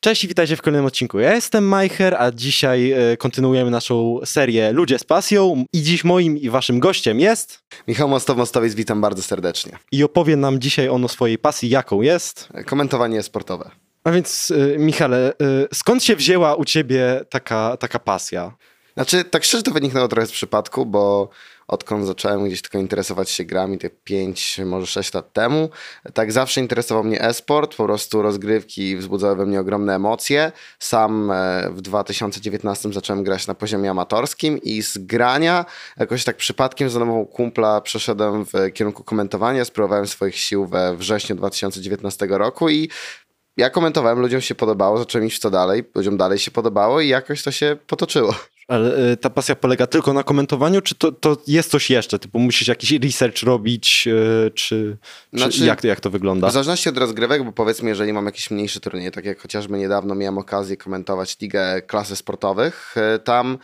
Cześć i witajcie w kolejnym odcinku. Ja jestem Majcher, a dzisiaj kontynuujemy naszą serię Ludzie z pasją i dziś moim i waszym gościem jest... Michał Mostow-Mostowiec, witam bardzo serdecznie. I opowie nam dzisiaj on o swojej pasji, jaką jest. Komentowanie sportowe. A więc Michale, skąd się wzięła u ciebie taka pasja? Znaczy, tak szczerze to wyniknęło trochę z przypadku, bo odkąd zacząłem gdzieś tylko interesować się grami, te 5, może 6 lat temu, tak zawsze interesował mnie e-sport, po prostu rozgrywki wzbudzały we mnie ogromne emocje. Sam w 2019 zacząłem grać na poziomie amatorskim i z grania jakoś tak przypadkiem za namową kumpla przeszedłem w kierunku komentowania, spróbowałem swoich sił we wrześniu 2019 roku i ja komentowałem, ludziom się podobało, zacząłem iść w to dalej, ludziom dalej się podobało i jakoś to się potoczyło. Ale ta pasja polega tylko na komentowaniu, czy to jest coś jeszcze? Typu musisz jakiś research robić, czy jak to wygląda? W zależności od rozgrywek, bo powiedzmy, jeżeli mam jakiś mniejszy turniej, tak jak chociażby niedawno miałem okazję komentować ligę klasy sportowych, tam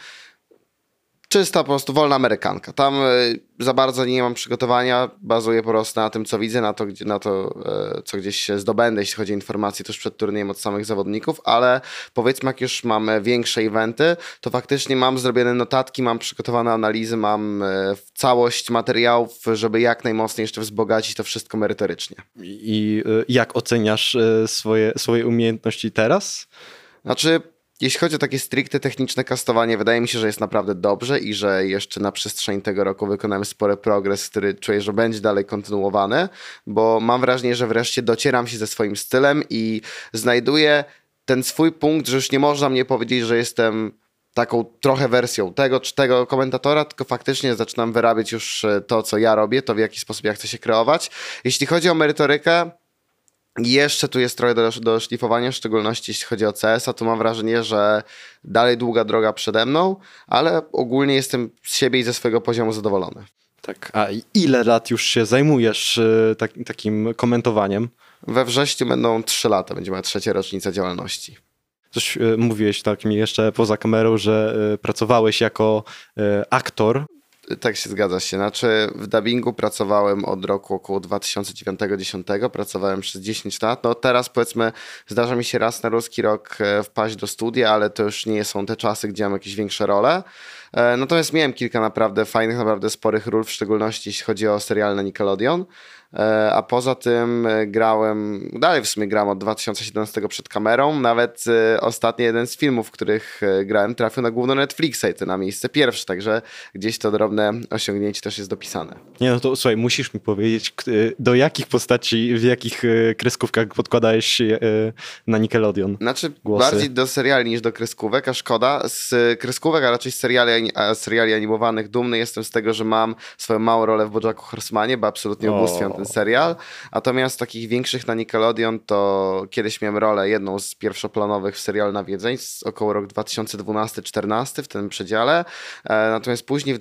czysta po prostu wolna amerykanka. Tam za bardzo nie mam przygotowania, bazuję po prostu na tym, co widzę, na to, co gdzieś się zdobędę, jeśli chodzi o informacje tuż przed turniejem od samych zawodników, ale powiedzmy, jak już mamy większe eventy, to faktycznie mam zrobione notatki, mam przygotowane analizy, mam całość materiałów, żeby jak najmocniej jeszcze wzbogacić to wszystko merytorycznie. I jak oceniasz swoje umiejętności teraz? Znaczy, jeśli chodzi o takie stricte techniczne kastowanie, wydaje mi się, że jest naprawdę dobrze i że jeszcze na przestrzeni tego roku wykonałem spory progres, który czuję, że będzie dalej kontynuowany, bo mam wrażenie, że wreszcie docieram się ze swoim stylem i znajduję ten swój punkt, że już nie można mnie powiedzieć, że jestem taką trochę wersją tego czy tego komentatora, tylko faktycznie zaczynam wyrabiać już to, co ja robię, to w jaki sposób ja chcę się kreować. Jeśli chodzi o merytorykę, jeszcze tu jest trochę do szlifowania, w szczególności jeśli chodzi o CS, a tu mam wrażenie, że dalej długa droga przede mną, ale ogólnie jestem z siebie i ze swojego poziomu zadowolony. Tak, a ile lat już się zajmujesz takim komentowaniem? We wrześniu będą 3 lata, będzie moja 3. rocznica działalności. Coś mówiłeś tak mi jeszcze poza kamerą, że pracowałeś jako aktor. Tak się zgadza się. Znaczy w dubbingu pracowałem od roku około 2009-2010. Pracowałem przez 10 lat. No teraz powiedzmy zdarza mi się raz na ruski rok wpaść do studia, ale to już nie są te czasy, gdzie mam jakieś większe role. Natomiast miałem kilka naprawdę fajnych, naprawdę sporych ról, w szczególności jeśli chodzi o serial na Nickelodeon. A poza tym dalej w sumie gram od 2017 przed kamerą. Nawet ostatni jeden z filmów, w których grałem, trafił na główną Netflixa i to na miejsce pierwsze, także gdzieś to drobne osiągnięcie też jest dopisane. Nie, no to słuchaj, musisz mi powiedzieć, do jakich postaci, w jakich kreskówkach podkładałeś na Nickelodeon Znaczy głosy? Bardziej do seriali niż do kreskówek, a szkoda. Z kreskówek, a raczej z seriali animowanych dumny jestem z tego, że mam swoją małą rolę w BoJacku Horsemanie, bo absolutnie ubóstwiam ten serial. Natomiast takich większych na Nickelodeon to kiedyś miałem rolę, jedną z pierwszoplanowych w serialu Nawiedzeń, około rok 2012-14 w tym przedziale. Natomiast później w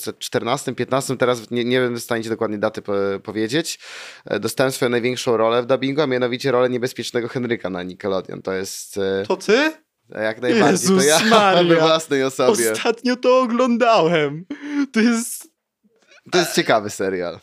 2014-15, teraz nie wiem w stanie ci dokładnie daty powiedzieć, dostałem swoją największą rolę w dubbingu, a mianowicie rolę niebezpiecznego Henryka na Nickelodeon. To jest... To ty? Jak najbardziej, Jezus to ja Maria. we własnej osobie. Ostatnio to oglądałem. To jest ciekawy serial.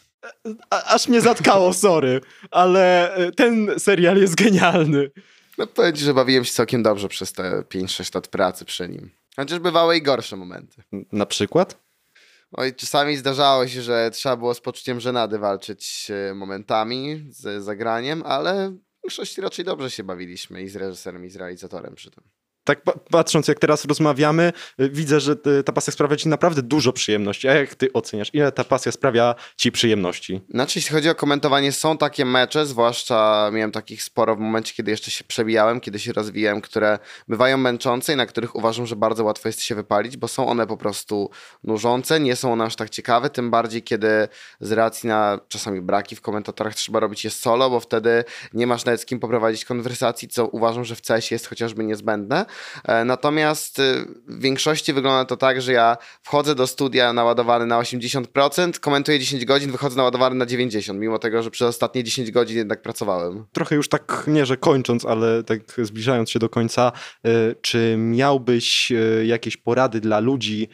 Aż mnie zatkało, sorry, ale ten serial jest genialny. No powiem ci, że bawiłem się całkiem dobrze przez te 5-6 lat pracy przy nim. Chociaż bywały i gorsze momenty. Na przykład? Oj, czasami zdarzało się, że trzeba było z poczuciem żenady walczyć momentami z zagraniem, ale w większości raczej dobrze się bawiliśmy i z reżyserem, i z realizatorem przy tym. Tak patrząc, jak teraz rozmawiamy, widzę, że ta pasja sprawia ci naprawdę dużo przyjemności. A jak ty oceniasz, ile ta pasja sprawia ci przyjemności? Znaczy, jeśli chodzi o komentowanie, są takie mecze, zwłaszcza miałem takich sporo w momencie, kiedy jeszcze się przebijałem, kiedy się rozwijałem, które bywają męczące i na których uważam, że bardzo łatwo jest się wypalić, bo są one po prostu nużące, nie są one aż tak ciekawe, tym bardziej, kiedy z racji na czasami braki w komentatorach trzeba robić je solo, bo wtedy nie masz nawet z kim poprowadzić konwersacji, co uważam, że w CS jest chociażby niezbędne. Natomiast w większości wygląda to tak, że ja wchodzę do studia naładowany na 80%, komentuję 10 godzin, wychodzę naładowany na 90%, mimo tego, że przez ostatnie 10 godzin jednak pracowałem. Trochę już tak, nie że kończąc, ale tak zbliżając się do końca, czy miałbyś jakieś porady dla ludzi,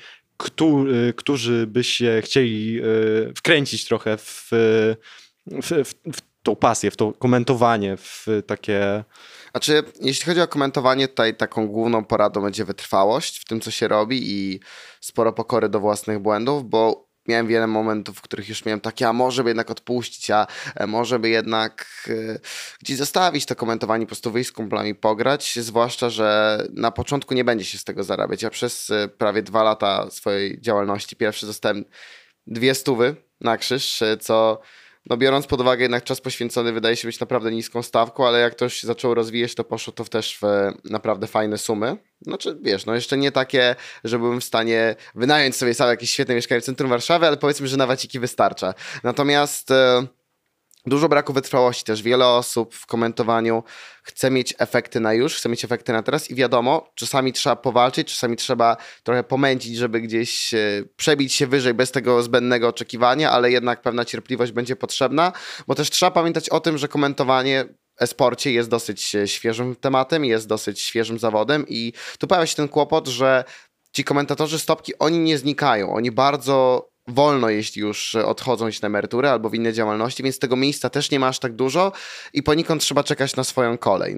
którzy by się chcieli wkręcić trochę w tą pasję, w to komentowanie, w takie... Znaczy, jeśli chodzi o komentowanie, tutaj taką główną poradą będzie wytrwałość w tym, co się robi i sporo pokory do własnych błędów, bo miałem wiele momentów, w których już miałem takie, a może by jednak odpuścić, a może by jednak gdzieś zostawić to komentowanie, po prostu wyjść z kumplami pograć, zwłaszcza, że na początku nie będzie się z tego zarabiać. Ja przez prawie 2 lata swojej działalności pierwszy dostałem 200 na krzyż, co no biorąc pod uwagę jednak czas poświęcony wydaje się być naprawdę niską stawką, ale jak ktoś zaczął rozwijać, to poszło to też w naprawdę fajne sumy. Znaczy wiesz, no jeszcze nie takie, że byłem w stanie wynająć sobie sam jakieś świetne mieszkanie w centrum Warszawy, ale powiedzmy, że na waciki wystarcza. Natomiast dużo braku wytrwałości też. Wiele osób w komentowaniu chce mieć efekty na już, chce mieć efekty na teraz i wiadomo, czasami trzeba powalczyć, czasami trzeba trochę pomęcić, żeby gdzieś przebić się wyżej bez tego zbędnego oczekiwania, ale jednak pewna cierpliwość będzie potrzebna, bo też trzeba pamiętać o tym, że komentowanie e-sporcie jest dosyć świeżym tematem, jest dosyć świeżym zawodem i tu pojawia się ten kłopot, że ci komentatorzy stopki, oni nie znikają, oni bardzo wolno, jeśli już odchodzą się na emeryturę albo w inne działalności, więc tego miejsca też nie ma aż tak dużo i poniekąd trzeba czekać na swoją kolej.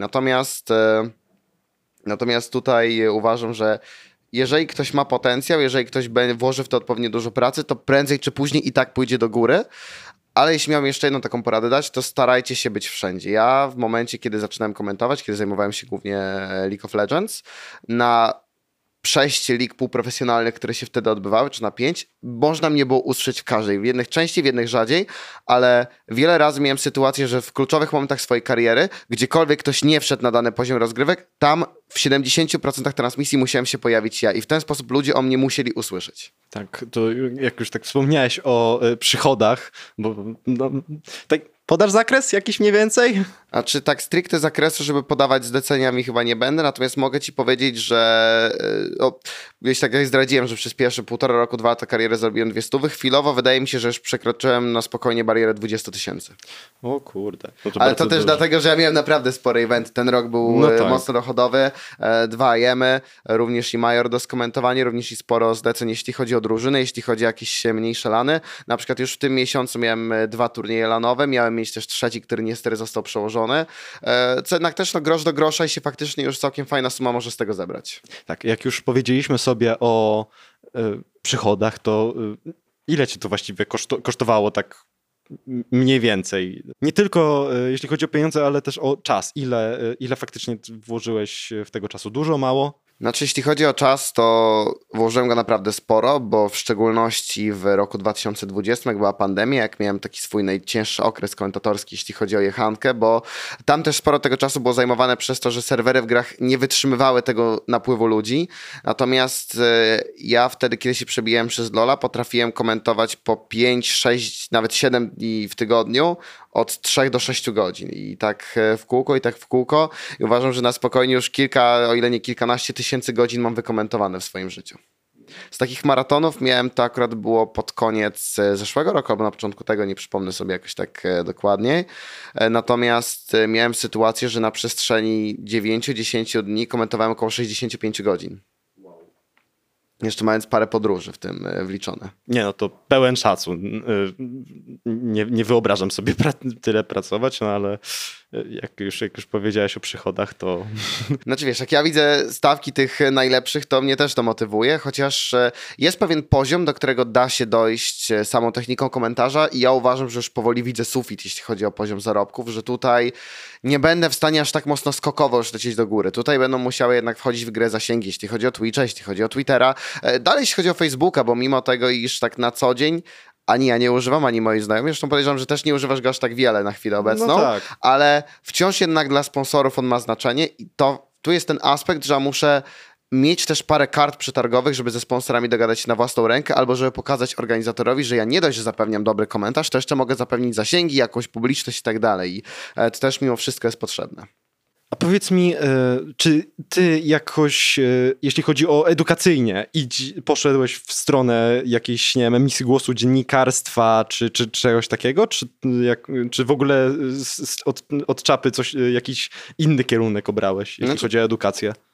Natomiast tutaj uważam, że jeżeli ktoś ma potencjał, jeżeli ktoś włoży w to odpowiednio dużo pracy, to prędzej czy później i tak pójdzie do góry. Ale jeśli miałem jeszcze jedną taką poradę dać, to starajcie się być wszędzie. Ja w momencie, kiedy zaczynałem komentować, kiedy zajmowałem się głównie League of Legends, na 6 lig półprofesjonalnych, które się wtedy odbywały, czy na 5, można mnie było usłyszeć w każdej. W jednych częściej, w jednych rzadziej, ale wiele razy miałem sytuację, że w kluczowych momentach swojej kariery, gdziekolwiek ktoś nie wszedł na dany poziom rozgrywek, tam w 70% transmisji musiałem się pojawić ja i w ten sposób ludzie o mnie musieli usłyszeć. Tak, to jak już tak wspomniałeś o przychodach, bo no, tak podasz zakres jakiś mniej więcej? A czy tak stricte zakresu, żeby podawać zleceniami chyba nie będę, natomiast mogę ci powiedzieć, że jeśli tak jak zdradziłem, że przez pierwsze 1,5 roku, 2 lata kariery zrobiłem 200, chwilowo wydaje mi się, że już przekroczyłem na spokojnie barierę 20 000. O kurde. No ale to też dużo. Dlatego, że ja miałem naprawdę spory event. Ten rok był mocno dochodowy, 2 IEM-y, również i major do skomentowania, również i sporo zleceń, jeśli chodzi o drużyny, jeśli chodzi o jakieś mniejsze lany. Na przykład już w tym miesiącu miałem 2 turnieje lanowe, miałem mieć też trzeci, który niestety został przełożony. Co jednak też grosz do grosza i się faktycznie już całkiem fajna suma może z tego zebrać. Tak, jak już powiedzieliśmy sobie o przychodach, to ile ci to właściwie kosztowało tak mniej więcej? Nie tylko jeśli chodzi o pieniądze, ale też o czas. Ile faktycznie włożyłeś w tego czasu? Dużo, mało? Znaczy, jeśli chodzi o czas, to włożyłem go naprawdę sporo, bo w szczególności w roku 2020, jak była pandemia, jak miałem taki swój najcięższy okres komentatorski, jeśli chodzi o jechankę, bo tam też sporo tego czasu było zajmowane przez to, że serwery w grach nie wytrzymywały tego napływu ludzi. Natomiast ja wtedy, kiedy się przebijałem przez LoL'a, potrafiłem komentować po 5, 6, nawet 7 dni w tygodniu, od 3 do 6 godzin i tak w kółko, i uważam, że na spokojnie już o ile nie kilkanaście tysięcy godzin mam wykomentowane w swoim życiu. Z takich maratonów miałem, to akurat było pod koniec zeszłego roku, albo na początku tego, nie przypomnę sobie jakoś tak dokładniej. Natomiast miałem sytuację, że na przestrzeni 9-10 dni komentowałem około 65 godzin. Jeszcze mając parę podróży w tym wliczone. Nie, no to pełen szacun. Nie wyobrażam sobie tyle pracować, no ale jak już powiedziałeś o przychodach, to... Znaczy wiesz, jak ja widzę stawki tych najlepszych, to mnie też to motywuje, chociaż jest pewien poziom, do którego da się dojść samą techniką komentarza i ja uważam, że już powoli widzę sufit, jeśli chodzi o poziom zarobków, że tutaj nie będę w stanie aż tak mocno skokowo już lecieć do góry. Tutaj będą musiały jednak wchodzić w grę zasięgi, jeśli chodzi o Twitcha, jeśli chodzi o Twittera. Dalej jeśli chodzi o Facebooka, bo mimo tego, iż tak na co dzień ani ja nie używam, ani moi znajomi. Zresztą podejrzewam, że też nie używasz go aż tak wiele na chwilę obecną. No tak. Ale wciąż jednak dla sponsorów on ma znaczenie i tu jest ten aspekt, że muszę mieć też parę kart przetargowych, żeby ze sponsorami dogadać się na własną rękę, albo żeby pokazać organizatorowi, że ja nie dość, że zapewniam dobry komentarz, to jeszcze mogę zapewnić zasięgi, jakąś publiczność i tak dalej. I to też mimo wszystko jest potrzebne. A powiedz mi, czy ty jakoś, jeśli chodzi o edukacyjnie, poszedłeś w stronę jakiejś, nie wiem, emisji głosu, dziennikarstwa, czy czegoś takiego? Czy w ogóle od czapy jakiś inny kierunek obrałeś, jeśli chodzi o edukację?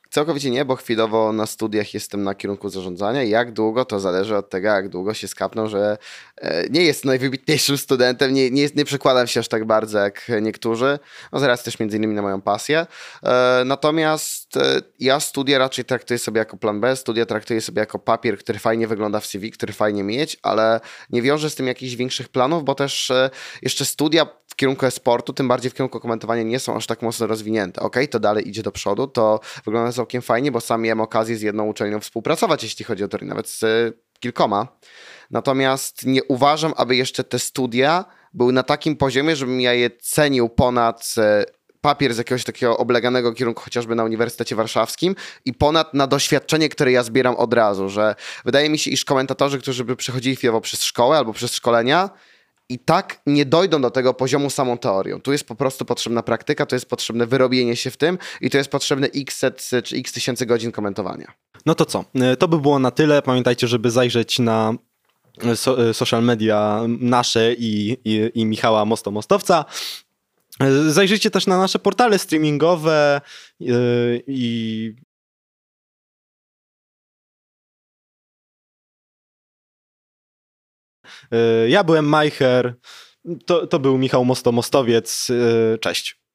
Całkowicie nie, bo chwilowo na studiach jestem na kierunku zarządzania. Jak długo, to zależy od tego, jak długo się skapną, że nie jest najwybitniejszym studentem, nie przekładam się aż tak bardzo jak niektórzy. No zaraz też między innymi na moją pasję. Natomiast ja studia raczej traktuję sobie jako plan B, studia traktuję sobie jako papier, który fajnie wygląda w CV, który fajnie mieć, ale nie wiążę z tym jakichś większych planów, bo też jeszcze studia w kierunku e-sportu, tym bardziej w kierunku komentowania nie są aż tak mocno rozwinięte. Okej, to dalej idzie do przodu, to wygląda całkiem fajnie, bo sam miałem okazję z jedną uczelnią współpracować, jeśli chodzi o to, nawet z kilkoma. Natomiast nie uważam, aby jeszcze te studia były na takim poziomie, żebym ja je cenił ponad papier z jakiegoś takiego obleganego kierunku, chociażby na Uniwersytecie Warszawskim i ponad na doświadczenie, które ja zbieram od razu, że wydaje mi się, iż komentatorzy, którzy by przechodzili chwilowo przez szkołę albo przez szkolenia, i tak nie dojdą do tego poziomu samą teorią. Tu jest po prostu potrzebna praktyka, tu jest potrzebne wyrobienie się w tym i tu jest potrzebne x set czy x tysięcy godzin komentowania. No to co? To by było na tyle. Pamiętajcie, żeby zajrzeć na social media nasze i Michała Mostowca. Zajrzyjcie też na nasze portale streamingowe i ja byłem Majcher, to był Michał Mostowiec. Cześć.